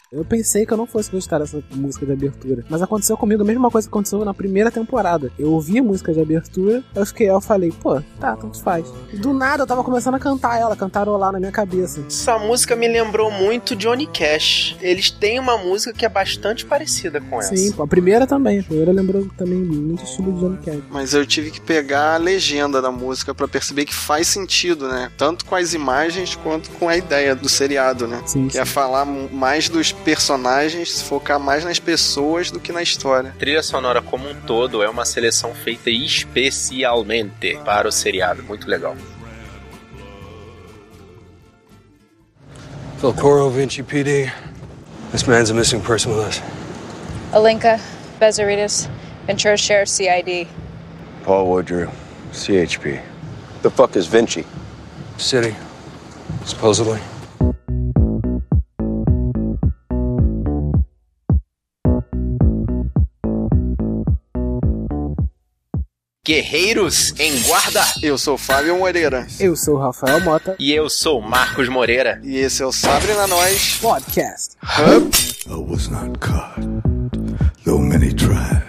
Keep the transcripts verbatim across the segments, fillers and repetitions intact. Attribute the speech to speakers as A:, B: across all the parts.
A: Eu pensei que eu não fosse gostar dessa música de abertura, mas aconteceu comigo a mesma coisa que aconteceu na primeira temporada. Eu ouvi a música de abertura, eu fiquei, eu falei, pô, tá, tanto faz. Do nada eu tava começando a cantar ela, cantarolar na minha cabeça.
B: Essa música me lembrou muito Johnny Cash. Eles têm uma música que é bastante parecida com essa.
A: Sim, a primeira também. A primeira lembrou também muito estilo de Johnny Cash.
C: Mas eu tive que pegar a legenda da música pra perceber que faz sentido, né? Tanto com as imagens quanto com a ideia do seriado, né?
A: Sim,
C: que
A: sim.
C: é falar mais dos personagens, se focar mais nas pessoas do que na história.
B: A trilha sonora como um todo é uma seleção feita especialmente para o seriado. Muito legal.
D: Velcoro, Vinci P D. This man's a missing person with us.
E: Alenka, Bezaritas, Ventura Sheriff C I D.
F: Paul Woodrew, C H P. The fuck is Vinci?
D: City, supposedly.
B: Guerreiros em Guarda.
C: Eu sou o Fábio Moreira.
A: Eu sou o Rafael Mota.
B: E eu sou o Marcos Moreira.
C: E esse é o Sabre na Nós
A: Podcast.
C: Hub.
G: I was not caught, though many tried.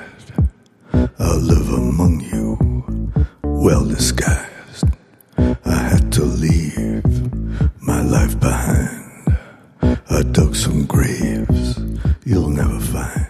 G: I live among you, well disguised. I had to leave my life behind. I dug some graves you'll never find.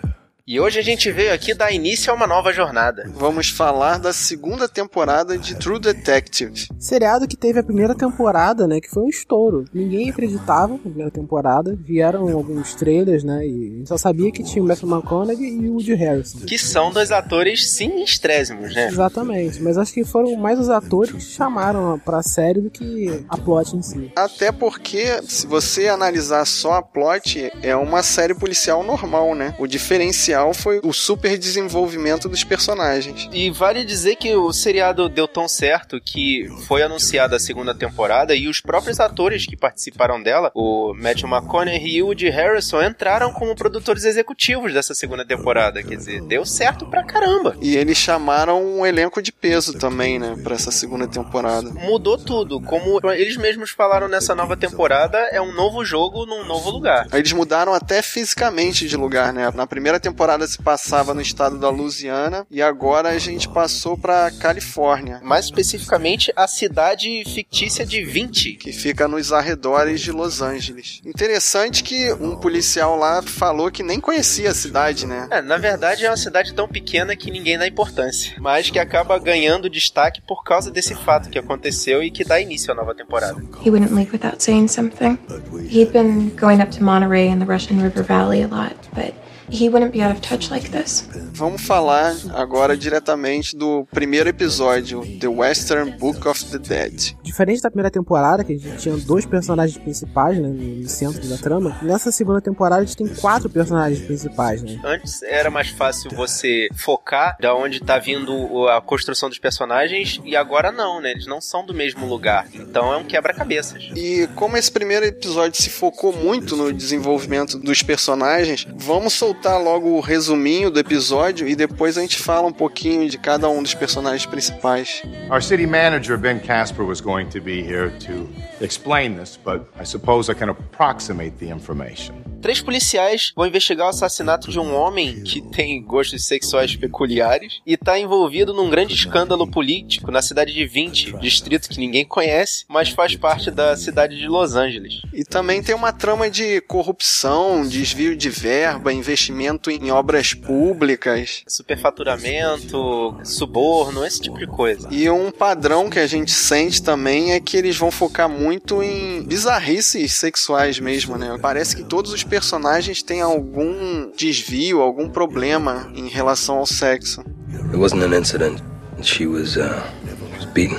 B: E hoje a gente veio aqui dar início a uma nova jornada.
C: Vamos falar da segunda temporada de True Detective.
A: Seriado que teve a primeira temporada, né, que foi um estouro. Ninguém acreditava na primeira temporada. Vieram alguns trailers, né, e a gente só sabia que tinha o Matthew McConaughey e o Woody Harrelson.
B: Que são dois atores sinistrésimos, né?
A: Exatamente, mas acho que foram mais os atores que chamaram pra série do que a plot em si.
C: Até porque, se você analisar só a plot, é uma série policial normal, né? O diferencial foi o super desenvolvimento dos personagens.
B: E vale dizer que o seriado deu tão certo que foi anunciada a segunda temporada e os próprios atores que participaram dela, o Matthew McConaughey e o Woody Harrelson, entraram como produtores executivos dessa segunda temporada. Quer dizer, deu certo pra caramba.
C: E eles chamaram um elenco de peso também, né, pra essa segunda temporada.
B: Mudou tudo. Como eles mesmos falaram nessa nova temporada, é um novo jogo num novo lugar.
C: Eles mudaram até fisicamente de lugar, né? Na primeira temporada se passava no estado da Louisiana e agora a gente passou pra Califórnia.
B: Mais especificamente, a cidade fictícia de Vinci,
C: que fica nos arredores de Los Angeles. Interessante que um policial lá falou que nem conhecia a cidade, né?
B: É, na verdade é uma cidade tão pequena que ninguém dá importância, mas que acaba ganhando destaque por causa desse fato que aconteceu e que dá início à nova temporada.
E: He wouldn't leave without saying something. He'd been going up to Monterey and the Russian River Valley a lot, but he wouldn't be out of touch like this.
C: Vamos falar agora diretamente do primeiro episódio, The Western Book of the Dead.
A: Diferente da primeira temporada, que a gente tinha dois personagens principais, né, no centro da trama, nessa segunda temporada a gente tem quatro personagens principais, né?
B: Antes era mais fácil você focar da onde tá vindo a construção dos personagens e agora não, né? Eles não são do mesmo lugar. Então é um quebra-cabeças.
C: E como esse primeiro episódio se focou muito no desenvolvimento dos personagens, vamos soltar logo o resuminho do episódio e depois a gente fala um pouquinho de cada um dos personagens principais.
H: Our city manager, Ben Casper, was going to be here to explain this, but I suppose I can approximate the information.
B: Três policiais vão investigar o assassinato de um homem que tem gostos sexuais peculiares e está envolvido num grande escândalo político na cidade de Vinci, distrito que ninguém conhece, mas faz parte da cidade de Los Angeles.
C: E também tem uma trama de corrupção, desvio de verba, investimento em obras públicas,
B: superfaturamento, suborno, esse tipo de coisa.
C: E um padrão que a gente sente também é que eles vão focar muito em bizarrices sexuais mesmo, né? Parece que todos os personagens têm algum desvio, algum problema em relação ao sexo.
F: It wasn't an incident. She was, uh, was beaten.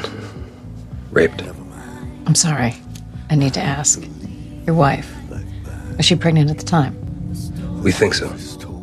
F: Raped.
I: I'm sorry. I need to ask. Your wife, was she pregnant at the time?
F: We think so.
C: E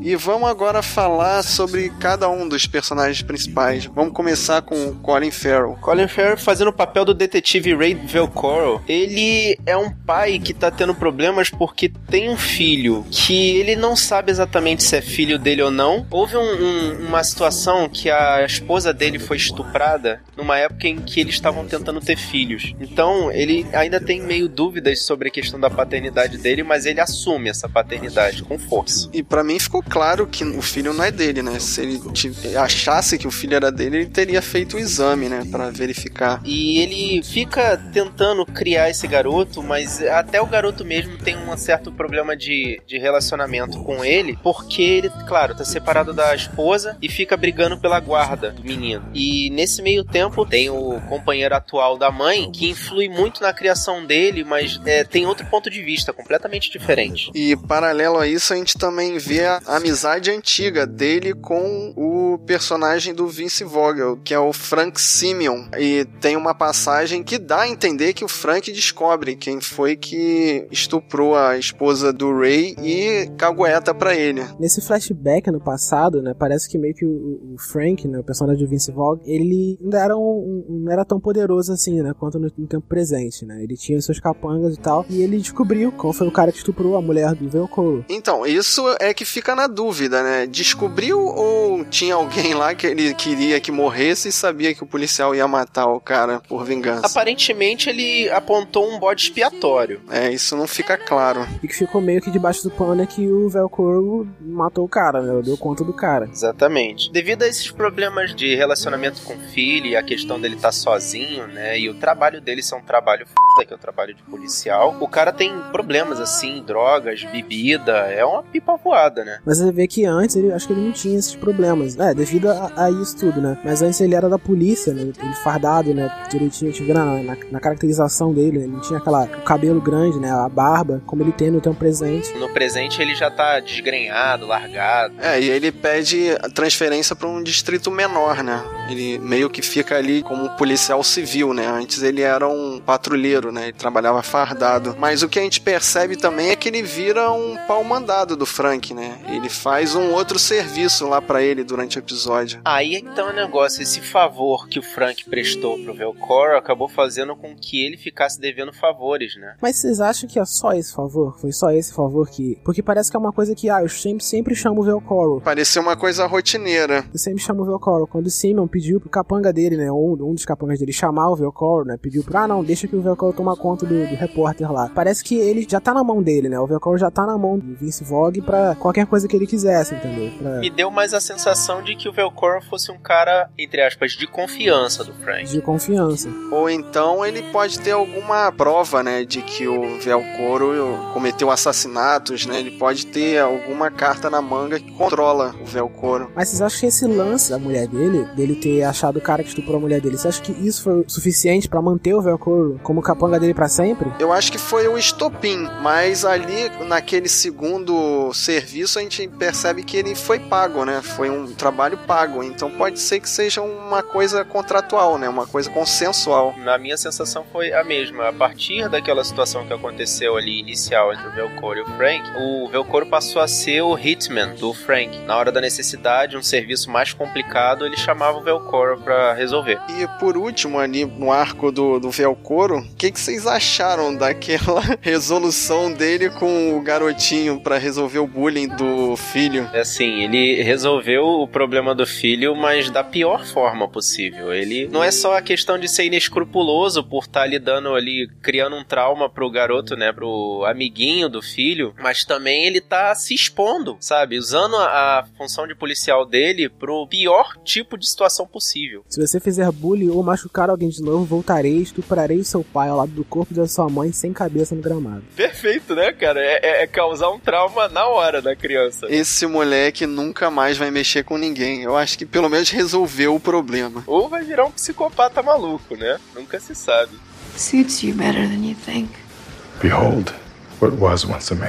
C: E vamos agora falar sobre cada um dos personagens principais. Vamos começar com Colin Farrell.
B: Colin Farrell fazendo o papel do detetive Ray Velcoro. Ele é um pai que tá tendo problemas porque tem um filho que ele não sabe exatamente se é filho dele ou não. Houve um, um, uma situação que a esposa dele foi estuprada numa época em que eles estavam tentando ter filhos. Então, ele ainda tem meio dúvidas sobre a questão da paternidade dele, mas ele assume essa paternidade com força.
C: E pra mim ficou claro que o filho não é dele, né? Se ele achasse que o filho era dele, ele teria feito o exame, né? Pra verificar.
B: E ele fica tentando criar esse garoto, mas até o garoto mesmo tem um certo problema de, de relacionamento com ele, porque ele, claro, tá separado da esposa e fica brigando pela guarda do menino. E nesse meio tempo tem o companheiro atual da mãe, que influi muito na criação dele, mas é, tem outro ponto de vista completamente diferente.
C: E paralelo a isso, a gente também vê a amizade antiga dele com o personagem do Vince Vaughn, que é o Frank Simeon. E tem uma passagem que dá a entender que o Frank descobre quem foi que estuprou a esposa do Ray e cagueta pra ele.
A: Nesse flashback no passado, né, parece que meio que o, o Frank, né, o personagem do Vince Vaughn, ele ainda era um, um, não era tão poderoso assim, né, quanto no, no tempo presente, né. Ele tinha seus capangas e tal, e ele descobriu qual foi o cara que estuprou a mulher do Velcoro.
C: Então, isso é que fica na dúvida, né? Descobriu ou tinha alguém lá que ele queria que morresse e sabia que o policial ia matar o cara por vingança?
B: Aparentemente ele apontou um bode expiatório.
C: É, isso não fica claro.
A: E que ficou meio que debaixo do pano é que o Velcoro matou o cara, né? Deu conta do cara.
B: Exatamente. Devido a esses problemas de relacionamento com o filho e a questão dele estar sozinho, né? E o trabalho dele ser um trabalho f***, que é o trabalho de policial, o cara tem problemas assim, drogas, bebida, é uma pipa voada, né?
A: Mas você vê que antes, ele, acho que ele não tinha esses problemas. É, devido a, a isso tudo, né? Mas antes ele era da polícia, né? Ele fardado, né? Direitinho, te vê na, na, na caracterização dele, né? Ele não tinha aquela, o cabelo grande, né? A barba, como ele tem no tempo presente.
B: No presente ele já tá desgrenhado, largado.
C: É, e ele pede transferência pra um distrito menor, né? Ele meio que fica ali como um policial civil, né? Antes ele era um patrulheiro, né? Ele trabalhava fardado. Mas o que a gente percebe também é que ele vira um pau-mandado do Frank, né? Ele faz um outro serviço lá pra ele durante o episódio.
B: Aí então o negócio, esse favor que o Frank prestou pro Velcoro acabou fazendo com que ele ficasse devendo favores, né?
A: Mas vocês acham que é só esse favor? Foi só esse favor que... Porque parece que é uma coisa que, ah, eu sempre, sempre chamo o Velcoro.
C: Pareceu uma coisa rotineira.
A: Eu sempre chamo o Velcoro. Quando o Simeon pediu pro capanga dele, né, um, um dos capangas dele chamar o Velcoro, né, pediu pro, ah não, deixa que o Velcoro toma conta do, do repórter lá. Parece que ele já tá na mão dele, né, o Velcoro já tá na mão do Vince Vaughn pra qualquer coisa que ele quisesse, entendeu? Pra...
B: Me deu mais a sensação de que o Velcoro fosse um cara, entre aspas, de confiança do Frank.
A: De confiança.
C: Ou então ele pode ter alguma prova, né, de que o Velcoro cometeu assassinatos, né, ele pode ter alguma carta na manga que controla o Velcoro.
A: Mas vocês acham que esse lance da mulher dele, dele ter achado o cara que estuprou a mulher dele, você acha que isso foi suficiente pra manter o Velcoro como capanga dele pra sempre?
C: Eu acho que foi o estopim, mas ali naquele segundo serviço a gente percebe que ele foi pago, né, foi um trabalho pago, então pode ser que seja uma coisa contratual, né, uma coisa consensual.
B: Na minha sensação foi a mesma, a partir daquela situação que aconteceu ali inicial entre o Velcoro e o Frank, o Velcoro passou a ser o hitman do Frank. Na hora da necessidade, um serviço mais complicado, ele chamava o Velcoro pra resolver.
C: E por último, ali no arco do, do Velcoro, o que, que vocês acharam daquela resolução dele com o garotinho pra resolver o bullying do filho?
B: É assim, ele resolveu o problema do filho, mas da pior forma possível. Ele não é só a questão de ser inescrupuloso por estar ali dando ali, criando um trauma pro garoto, né, pro amiguinho do filho, mas também ele tá se expondo, sabe? Usando a, a função de policial dele pro pior tipo de situação possível.
A: Se você fizer bullying ou machucar alguém de novo, voltarei e estuprarei o seu pai ao lado do corpo da sua mãe sem cabeça no gramado.
B: Perfeito, né, cara? É, é, é causar um trauma na hora da criança.
C: Esse moleque nunca mais vai mexer com ninguém. Eu acho que pelo menos resolveu o problema.
B: Ou vai virar um psicopata maluco, né? Nunca se sabe.
E: Suits you better than you think.
H: Behold, what was once a man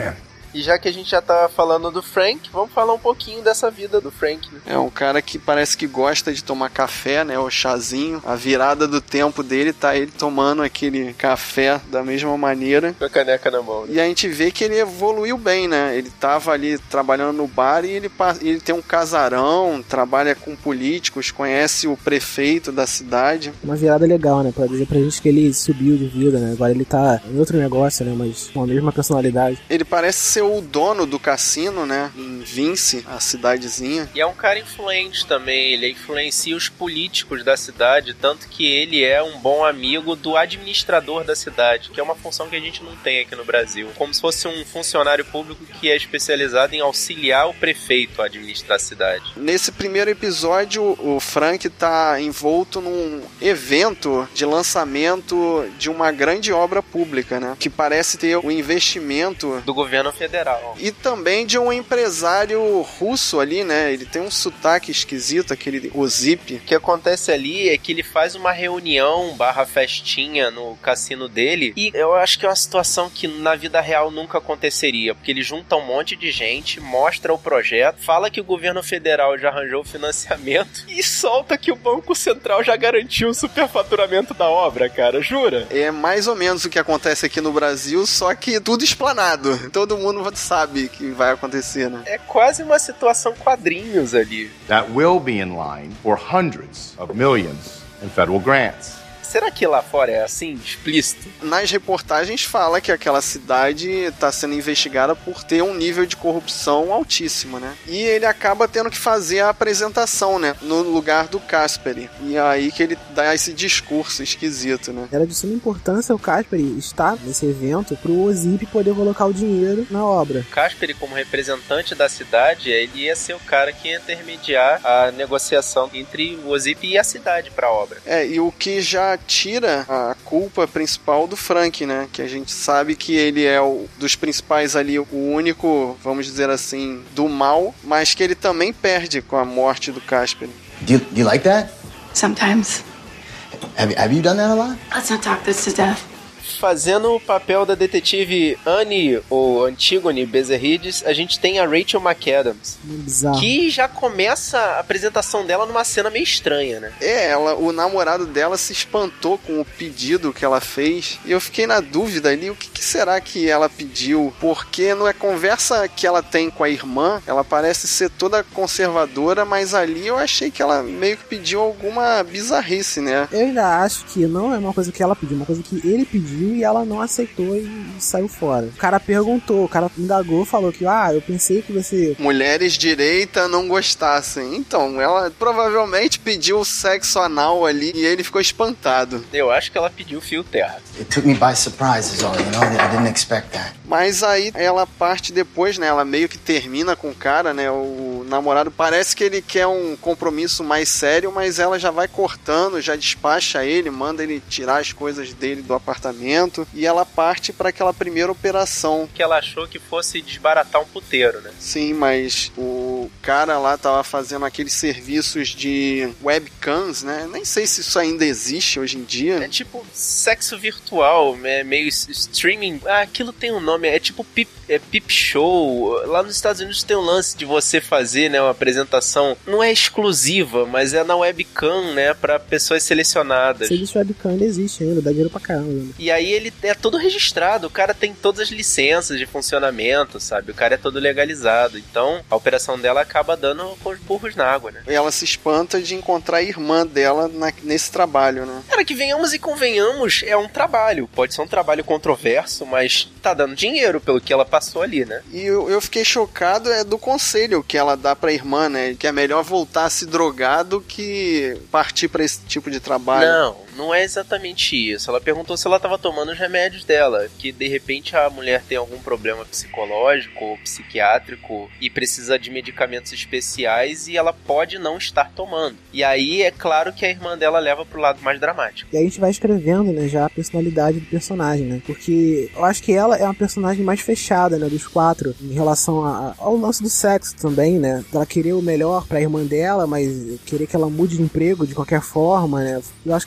B: E já que a gente já tá falando do Frank, vamos falar um pouquinho dessa vida do Frank, né?
C: É um cara que parece que gosta de tomar café, né? O chazinho. A virada do tempo dele tá ele tomando aquele café da mesma maneira.
B: Com a caneca na mão. Né?
C: E a gente vê que ele evoluiu bem, né? Ele tava ali trabalhando no bar e ele, ele tem um casarão, trabalha com políticos, conhece o prefeito da cidade.
A: Uma virada legal, né? Pra dizer pra gente que ele subiu de vida, né? Agora ele tá em outro negócio, né? Mas com a mesma personalidade.
C: Ele parece ser o dono do cassino, né? Em Vince, a cidadezinha.
B: E é um cara influente também. Ele influencia os políticos da cidade, tanto que ele é um bom amigo do administrador da cidade, que é uma função que a gente não tem aqui no Brasil. Como se fosse um funcionário público que é especializado em auxiliar o prefeito a administrar a cidade.
C: Nesse primeiro episódio, o Frank tá envolto num evento de lançamento de uma grande obra pública, né? Que parece ter um investimento
B: do governo federal.
C: E também de um empresário russo ali, né? Ele tem um sotaque esquisito, aquele Ozip.
B: O que acontece ali é que ele faz uma reunião barra festinha no cassino dele, e eu acho que é uma situação que na vida real nunca aconteceria, porque ele junta um monte de gente, mostra o projeto, fala que o governo federal já arranjou o financiamento e solta que o Banco Central já garantiu o superfaturamento da obra, cara, jura?
C: É mais ou menos o que acontece aqui no Brasil, só que tudo explanado. Todo mundo sabe que vai acontecer, né?
B: É quase uma situação quadrinhos ali.
H: That will be in line for hundreds of millions in federal grants.
B: Será que lá fora é assim, explícito?
C: Nas reportagens fala que aquela cidade está sendo investigada por ter um nível de corrupção altíssimo, né? E ele acaba tendo que fazer a apresentação, né? No lugar do Casperi. E aí que ele dá esse discurso esquisito, né?
A: Era de suma importância o Casperi estar nesse evento pro Ozip poder colocar o dinheiro na obra.
B: O Casperi, como representante da cidade, ele ia ser o cara que ia intermediar a negociação entre o Ozip e a cidade para a obra.
C: É, e o que já tira a culpa principal do Frank, né? Que a gente sabe que ele é o dos principais ali, o único, vamos dizer assim, do mal, mas que ele também perde com a morte do Casper.
J: Do you, do you like that?
E: Sometimes.
J: Have, have you done that a lot?
E: Let's not talk this to death.
B: Fazendo o papel da detetive Annie, ou Antigone Bezerrides, a gente tem a Rachel McAdams.
A: Bizarro.
B: Que já começa a apresentação dela numa cena meio estranha, né?
C: É, ela, o namorado dela se espantou com o pedido que ela fez. E eu fiquei na dúvida ali, o que, que será que ela pediu? Porque na conversa que ela tem com a irmã, ela parece ser toda conservadora, mas ali eu achei que ela meio que pediu alguma bizarrice, né?
A: Eu ainda acho que não é uma coisa que ela pediu, uma coisa que ele pediu e ela não aceitou e, e saiu fora. O cara perguntou, o cara indagou, falou que, ah, eu pensei que você...
C: mulheres direita não gostassem. Então, ela provavelmente pediu sexo anal ali e ele ficou espantado.
B: Eu acho que ela pediu fio terra.
J: It took me by surprise is all, you know? I didn't expect that.
C: Mas aí ela parte depois, né? Ela meio que termina com o cara, né? O namorado parece que ele quer um compromisso mais sério, mas ela já vai cortando, já despacha ele, manda ele tirar as coisas dele do apartamento e ela parte para aquela primeira operação.
B: Que ela achou que fosse desbaratar um puteiro, né?
C: Sim, mas o cara lá tava fazendo aqueles serviços de webcams, né? Nem sei se isso ainda existe hoje em dia.
B: É tipo sexo virtual, é meio streaming. Ah, aquilo tem um nome, é tipo pip, é pip show. Lá nos Estados Unidos tem um lance de você fazer, né, uma apresentação, não é exclusiva, mas é na webcam, né, para pessoas selecionadas.
A: Se existe webcam, ele existe ainda, dá dinheiro pra caramba. Né?
B: E aí ele é todo registrado, o cara tem todas as licenças de funcionamento, sabe? O cara é todo legalizado. Então, a operação dela acaba dando com os burros na água, né?
C: E ela se espanta de encontrar a irmã dela na, nesse trabalho, né?
B: Cara, que venhamos e convenhamos, é um trabalho. Pode ser um trabalho controverso, mas tá dando dinheiro pelo que ela passou ali, né?
C: E eu, eu fiquei chocado é do conselho que ela dá pra irmã, né? Que é melhor voltar a se drogar do que partir pra esse tipo de trabalho.
B: Não, não é exatamente isso. Ela perguntou se ela tava tomando os remédios dela, que de repente a mulher tem algum problema psicológico ou psiquiátrico e precisa de medicamentos especiais e ela pode não estar tomando. E aí é claro que a irmã dela leva pro lado mais dramático.
A: E aí a gente vai escrevendo, né, já a personalidade do personagem, né? Porque eu acho que ela é uma personagem mais fechada, né, dos quatro, em relação a, ao lance do sexo também, né? Ela querer o melhor pra irmã dela, mas querer que ela mude de emprego de qualquer forma, né? Eu acho que é um reflexo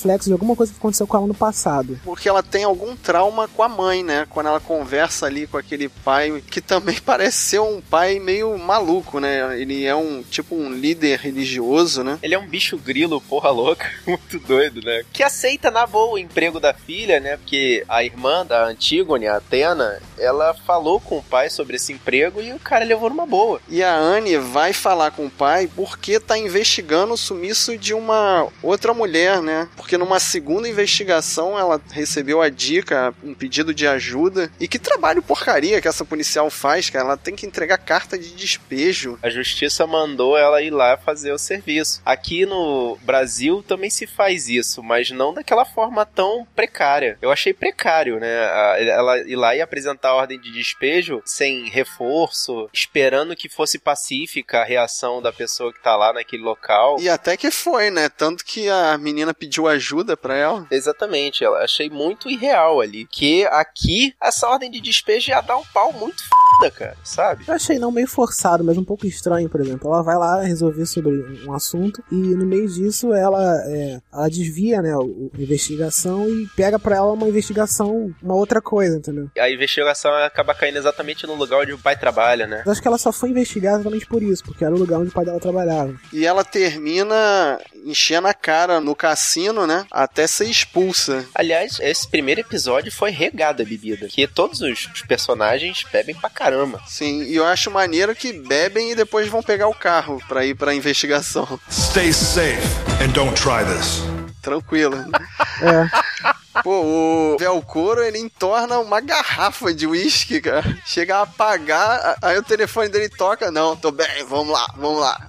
A: reflexo de alguma coisa que aconteceu com ela no passado.
C: Porque ela tem algum trauma com a mãe, né? Quando ela conversa ali com aquele pai, que também parece ser um pai meio maluco, né? Ele é um, tipo, um líder religioso, né?
B: Ele é um bicho grilo, porra louca, muito doido, né? Que aceita na boa o emprego da filha, né? Porque a irmã da Antígone, a Athena, ela falou com o pai sobre esse emprego e o cara levou numa boa.
C: E a Anne vai falar com o pai porque tá investigando o sumiço de uma outra mulher, né? Porque numa segunda investigação ela recebeu a dica, um pedido de ajuda. E que trabalho porcaria que essa policial faz, cara. Ela tem que entregar carta de despejo.
B: A justiça mandou ela ir lá fazer o serviço. Aqui no Brasil também se faz isso, mas não daquela forma tão precária. Eu achei precário, né? Ela ir lá e apresentar a ordem de despejo sem reforço, esperando que fosse pacífica a reação da pessoa que tá lá naquele local.
C: E até que foi, né? Tanto que a menina pediu ajuda pra ela.
B: Exatamente, eu achei muito irreal ali. Que aqui, essa ordem de despejo ia dar um pau muito foda, cara, sabe?
A: Eu achei não meio forçado, mas um pouco estranho, por exemplo. Ela vai lá resolver sobre um assunto e no meio disso ela, é, ela desvia, né, a investigação e pega pra ela uma investigação, uma outra coisa, entendeu?
B: A investigação acaba caindo exatamente no lugar onde o pai trabalha, né?
A: Eu acho que ela só foi investigada exatamente por isso, porque era o lugar onde o pai dela trabalhava.
C: E ela termina enchendo a cara no cassino, né? Até ser expulsa.
B: Aliás, esse primeiro episódio foi regado a bebida, que todos os personagens bebem pra caramba.
C: Sim, e eu acho maneiro que bebem e depois vão pegar o carro pra ir pra investigação.
G: Stay safe and don't try this.
C: Tranquilo.
A: É.
C: Pô, o Velcoro, ele entorna uma garrafa de uísque, cara. Chega a apagar, aí o telefone dele toca. Não, tô bem, vamos lá, vamos lá.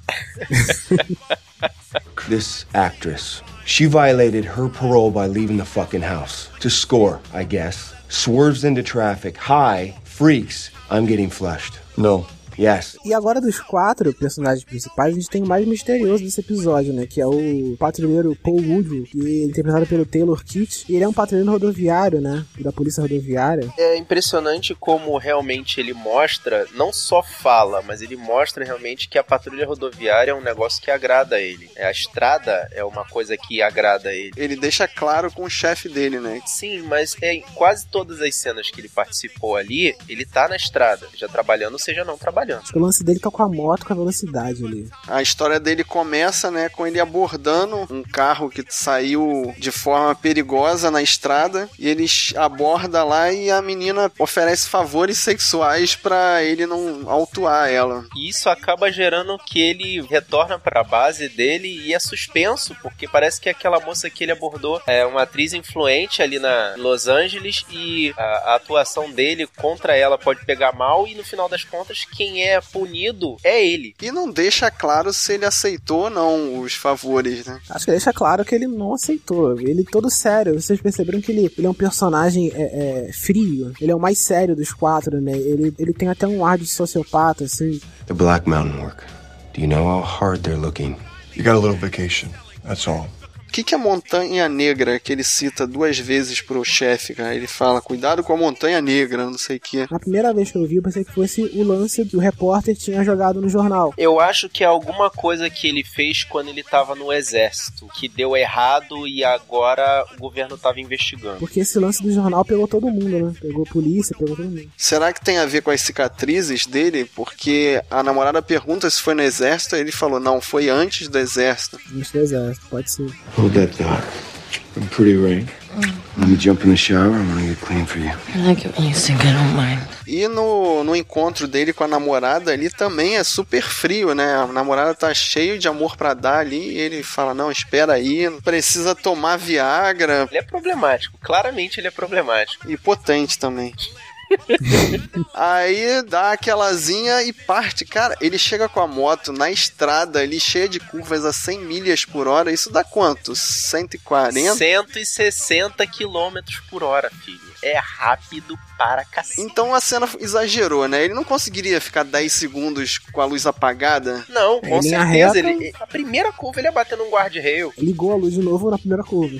F: This actress, she violated her parole by leaving the fucking house. To score, I guess. Swerves into traffic, high, freaks. I'm getting flushed. No. Yes.
A: E agora dos quatro personagens principais, a gente tem o mais misterioso desse episódio, né? Que é o patrulheiro Paul Woodrow, que é interpretado pelo Taylor Kitsch. E ele é um patrulheiro rodoviário, né? Da polícia rodoviária.
B: É impressionante como realmente ele mostra, não só fala, mas ele mostra realmente que a patrulha rodoviária é um negócio que agrada a ele. A estrada é uma coisa que agrada a ele.
C: Ele deixa claro com o chefe dele, né?
B: Sim, mas é, em quase todas as cenas que ele participou ali, ele tá na estrada, já trabalhando, seja não trabalhando.
A: Acho que o lance dele tá com a moto, com a velocidade ali.
C: A história dele começa, né, com ele abordando um carro que saiu de forma perigosa na estrada, e ele aborda lá e a menina oferece favores sexuais pra ele não autuar ela.
B: E isso acaba gerando que ele retorna pra base dele e é suspenso, porque parece que aquela moça que ele abordou é uma atriz influente ali na Los Angeles e a, a atuação dele contra ela pode pegar mal e no final das contas quem é punido é ele.
C: E não deixa claro se ele aceitou ou não os favores, né?
A: Acho que deixa claro que ele não aceitou. Ele todo sério. Vocês perceberam que ele, ele é um personagem é, é, frio. Ele é o mais sério dos quatro, né? Ele, ele tem até um ar de sociopata, assim.
F: The Black Mountain Work. Do you know how hard they're looking?
G: You got a little vacation, that's all.
C: O que, que é a Montanha Negra que ele cita duas vezes pro chefe, cara? Ele fala, cuidado com a Montanha Negra, não sei o que.
A: Na primeira vez que eu vi, eu pensei que fosse o lance que o repórter tinha jogado no jornal.
B: Eu acho que é alguma coisa que ele fez quando ele tava no exército, que deu errado e agora o governo tava investigando.
A: Porque esse lance do jornal pegou todo mundo, né? Pegou a polícia, pegou todo mundo.
C: Será que tem a ver com as cicatrizes dele? Porque a namorada pergunta se foi no exército, e ele falou, não, foi antes do exército.
A: Antes do exército, pode ser.
F: Hold that thought. Been pretty rain. Let me jump in the shower. I'm gonna get clean for you.
I: I like it when you sing, I don't mind.
C: E no, no encontro dele com a namorada ali também é super frio, né? A namorada tá cheio de amor pra dar ali e ele fala, não, espera aí, precisa tomar Viagra.
B: Ele é problemático, claramente ele é problemático.
C: E potente também. Aí dá aquelazinha e parte. Cara, ele chega com a moto na estrada ali, cheia de curvas a cem milhas por hora. Isso dá quanto? cento e quarenta?
B: cento e sessenta quilômetros por hora, filho. é rápido para cacete.
C: Então a cena exagerou, né? Ele não conseguiria ficar dez segundos com a luz apagada?
B: Não, com
A: Em linha
B: certeza.
A: reta.
B: Ele, a primeira curva ele ia bater num guarda-rail.
A: Ligou a luz de novo na primeira curva.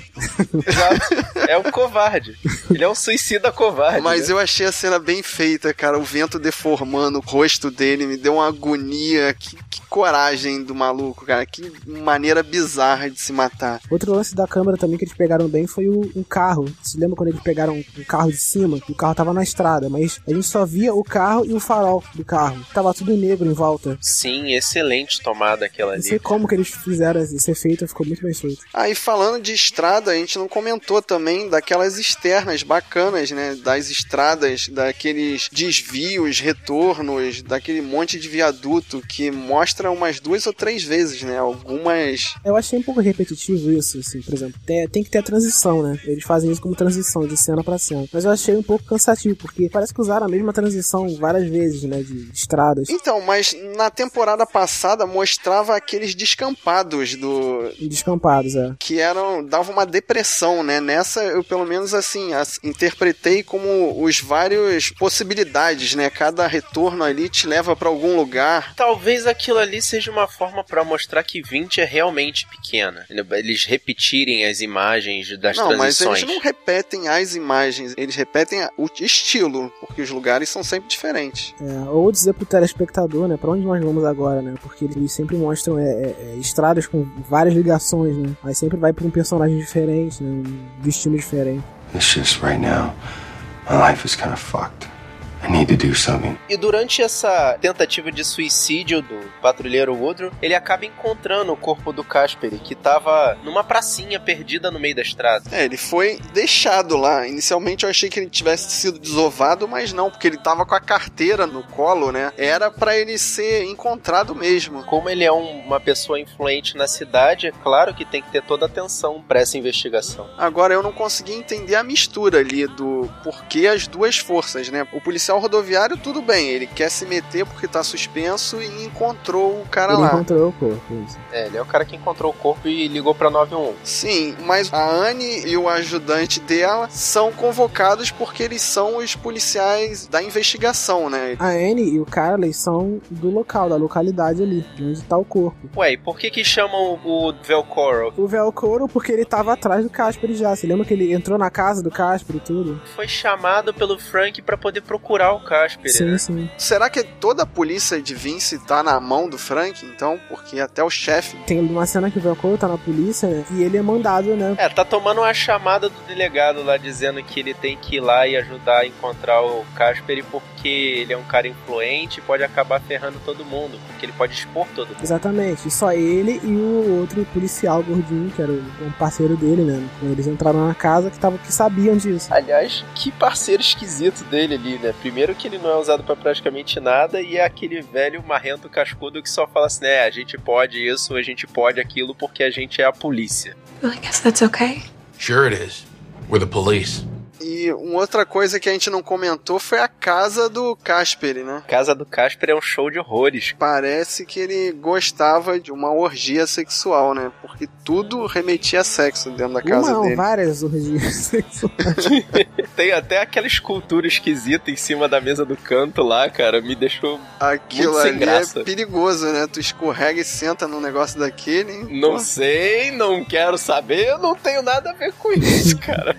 B: Exato. É o covarde. Ele é um suicida covarde.
C: Mas
B: né?
C: eu achei a cena bem feita, cara. O vento deformando o rosto dele me deu uma agonia. Que, que coragem do maluco, cara. Que maneira bizarra de se matar.
A: Outro lance da câmera também que eles pegaram bem foi o, um carro. Você lembra quando eles pegaram um carro de cima? O carro tava na estrada, mas a gente só via o carro e o farol do carro. Tava tudo negro em volta.
B: Sim, excelente tomada aquela ali.
A: Não sei como que eles fizeram esse efeito, ficou muito bem feito.
C: Ah, e falando de estrada, a gente não comentou também daquelas externas bacanas, né? Das estradas, daqueles desvios, retornos, daquele monte de viaduto que mostra umas duas ou três vezes, né? Algumas...
A: Eu achei um pouco repetitivo isso, assim, por exemplo. Tem, tem que ter a transição, né? Eles fazem isso como transição, de cena pra cena. Mas eu achei um pouco cansativo, porque parece que usaram a mesma transição várias vezes, né? De estradas.
C: Então, mas na temporada passada mostrava aqueles descampados do...
A: Descampados, é.
C: Que eram... Dava uma depressão, né? Nessa, eu pelo menos assim, as, interpretei como os vários possibilidades, né? Cada retorno ali te leva pra algum lugar.
B: Talvez aquilo ali seja uma forma pra mostrar que vinte é realmente pequena. Eles repetirem as imagens das
C: não,
B: transições.
C: Não, mas eles não repetem as imagens, eles repetem o estilo, porque os lugares são sempre diferentes.
A: É, ou dizer pro telespectador, né? Pra onde nós vamos agora, né? Porque eles sempre mostram é, é, é, estradas com várias ligações, né? Aí sempre vai pra um personagem diferente, né? Um destino diferente.
F: It's just right now, my life is kind of fucked. I need to do something.
B: E durante essa tentativa de suicídio do patrulheiro Woodrow, ele acaba encontrando o corpo do Casper, que tava numa pracinha perdida no meio da estrada.
C: É, ele foi deixado lá. Inicialmente eu achei que ele tivesse sido desovado, mas não, porque ele tava com a carteira no colo, né? Era pra ele ser encontrado mesmo.
B: Como ele é um, uma pessoa influente na cidade, é claro que tem que ter toda a atenção pra essa investigação.
C: Agora, eu não consegui entender a mistura ali do porquê as duas forças, né? O policial rodoviário, tudo bem, ele quer se meter porque tá suspenso e encontrou o cara
A: ele
C: lá.
A: Ele encontrou o corpo, isso.
B: É, ele é o cara que encontrou o corpo e ligou pra nove um um.
C: Sim, mas a Anne e o ajudante dela são convocados porque eles são os policiais da investigação, né?
A: A Anne e o Carly são do local, da localidade ali, de onde tá o corpo.
B: Ué, e por que que chamam o Velcoro?
A: O Velcoro porque ele tava atrás do Casper já. Você lembra que ele entrou na casa do Casper e tudo?
B: Foi chamado pelo Frank pra poder procurar o Casper,
A: sim,
B: né?
A: Sim.
C: Será que toda a polícia de Vince tá na mão do Frank, então? Porque até o chefe...
A: Tem uma cena que o Velcoro tá na polícia, né? E ele é mandado, né?
B: É, tá tomando uma chamada do delegado lá, dizendo que ele tem que ir lá e ajudar a encontrar o Casper, porque ele é um cara influente e pode acabar ferrando todo mundo, porque ele pode expor todo mundo.
A: Exatamente. E só ele e o outro policial gordinho, que era um parceiro dele, né? Eles entraram na casa que, tava, que sabiam disso.
B: Aliás, que parceiro esquisito dele ali, né? Primeiro que ele não é usado pra praticamente nada e é aquele velho marrento cascudo que só fala assim, né, a gente pode isso, a gente pode aquilo porque a gente é a polícia.
E: Well, I guess that's okay.
K: Sure it is. We're the police.
C: E uma outra coisa que a gente não comentou foi a casa do Casper, né?
B: A casa do Casper é um show de horrores.
C: Parece que ele gostava de uma orgia sexual, né? Porque tudo remetia a sexo dentro da casa
A: uma,
C: dele.
A: Várias orgias sexuais.
B: Tem até aquela escultura esquisita em cima da mesa do canto lá, cara. Me deixou
C: Aquilo
B: muito sem
C: ali
B: graça.
C: É perigoso, né? Tu escorrega e senta num negócio daquele. Hein?
B: Não
C: Pô.
B: sei, não quero saber. Eu não tenho nada a ver com isso, cara.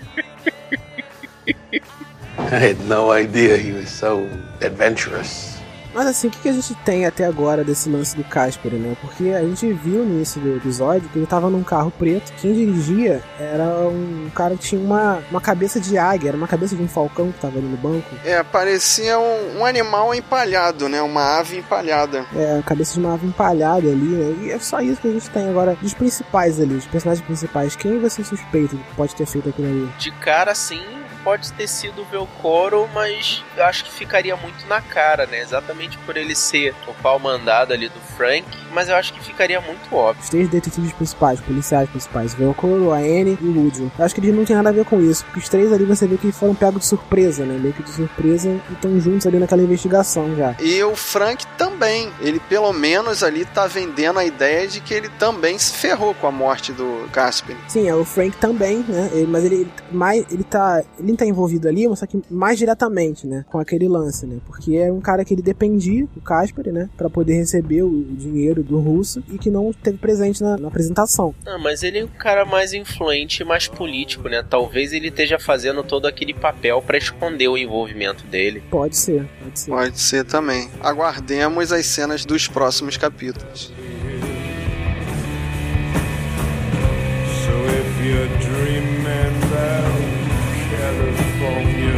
D: I had no idea he was so adventurous.
A: Mas assim, o que a gente tem até agora desse lance do Casper, né? Porque a gente viu no início do episódio que ele tava num carro preto. Quem dirigia era um cara que tinha uma, uma cabeça de águia, era uma cabeça de um falcão que tava ali no banco.
C: É, parecia um, um animal empalhado, né? Uma ave empalhada.
A: É, a cabeça de uma ave empalhada ali, né? E é só isso que a gente tem agora dos principais ali, dos personagens principais. Quem você suspeita que pode ter feito aquilo ali?
B: De cara, sim, pode ter sido o Velcoro, mas eu acho que ficaria muito na cara, né? Exatamente por ele ser o pau mandado ali do Frank, mas eu acho que ficaria muito óbvio.
A: Os três detetives principais, policiais principais, o Velcoro, a Anne e o Woodrow. Eu acho que eles não tem nada a ver com isso, porque os três ali você vê que foram pegos de surpresa, né? Meio que de surpresa e estão juntos ali naquela investigação já.
C: E o Frank também. Ele pelo menos ali tá vendendo a ideia de que ele também se ferrou com a morte do Casper.
A: Sim, é o Frank também, né? Ele, mas ele, mais, ele tá... Ele quem tá envolvido ali, só que mais diretamente, né, com aquele lance, né, porque é um cara que ele dependia, o Casper, né, pra poder receber o dinheiro do russo e que não teve presente na, na apresentação.
B: Ah, mas ele é um cara mais influente e mais político, né, talvez ele esteja fazendo todo aquele papel pra esconder o envolvimento dele.
A: Pode ser, pode ser.
C: Pode ser também. Aguardemos as cenas dos próximos capítulos.
G: So if you're dreaming about California,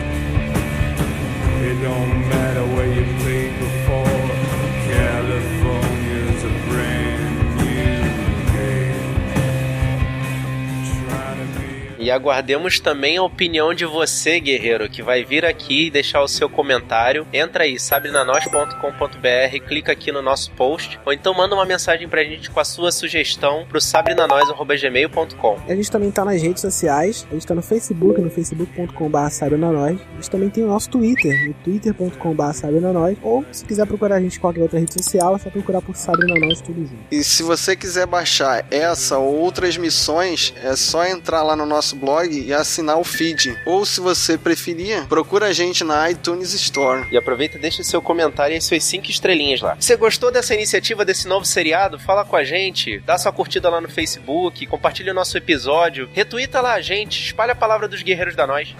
G: it don't matter where you played before. California's a brand new game. Trying to be.
B: E aguardemos também a opinião de você, guerreiro, que vai vir aqui e deixar o seu comentário. Entra aí, sabrinanois ponto com ponto b r, clica aqui no nosso post, ou então manda uma mensagem pra gente com a sua sugestão pro sabrinanois arroba gmail ponto com.
A: A gente também tá nas redes sociais, a gente tá no Facebook, no facebook ponto com barra sabrinanois. A gente também tem o nosso Twitter, no twitter ponto com barra sabrinanois, ou se quiser procurar a gente em qualquer outra rede social, é só procurar por Sabrinanois tudo junto.
C: E se você quiser baixar essa ou outras missões, é só entrar lá no nosso blog e assinar o feed. Ou se você preferir, procura a gente na iTunes Store.
B: E aproveita e deixa seu comentário e as suas cinco estrelinhas lá. Você gostou dessa iniciativa, desse novo seriado? Fala com a gente, dá sua curtida lá no Facebook, compartilha o nosso episódio, retuita lá a gente, espalha a palavra dos Guerreiros da Nós.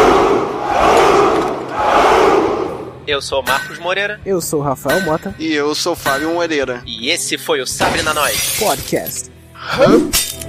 B: Eu sou o Marcos Moreira.
A: Eu sou o Rafael Mota.
C: E eu sou o Fábio Moreira.
B: E esse foi o Sabre na Nós
A: Podcast.
C: Hum.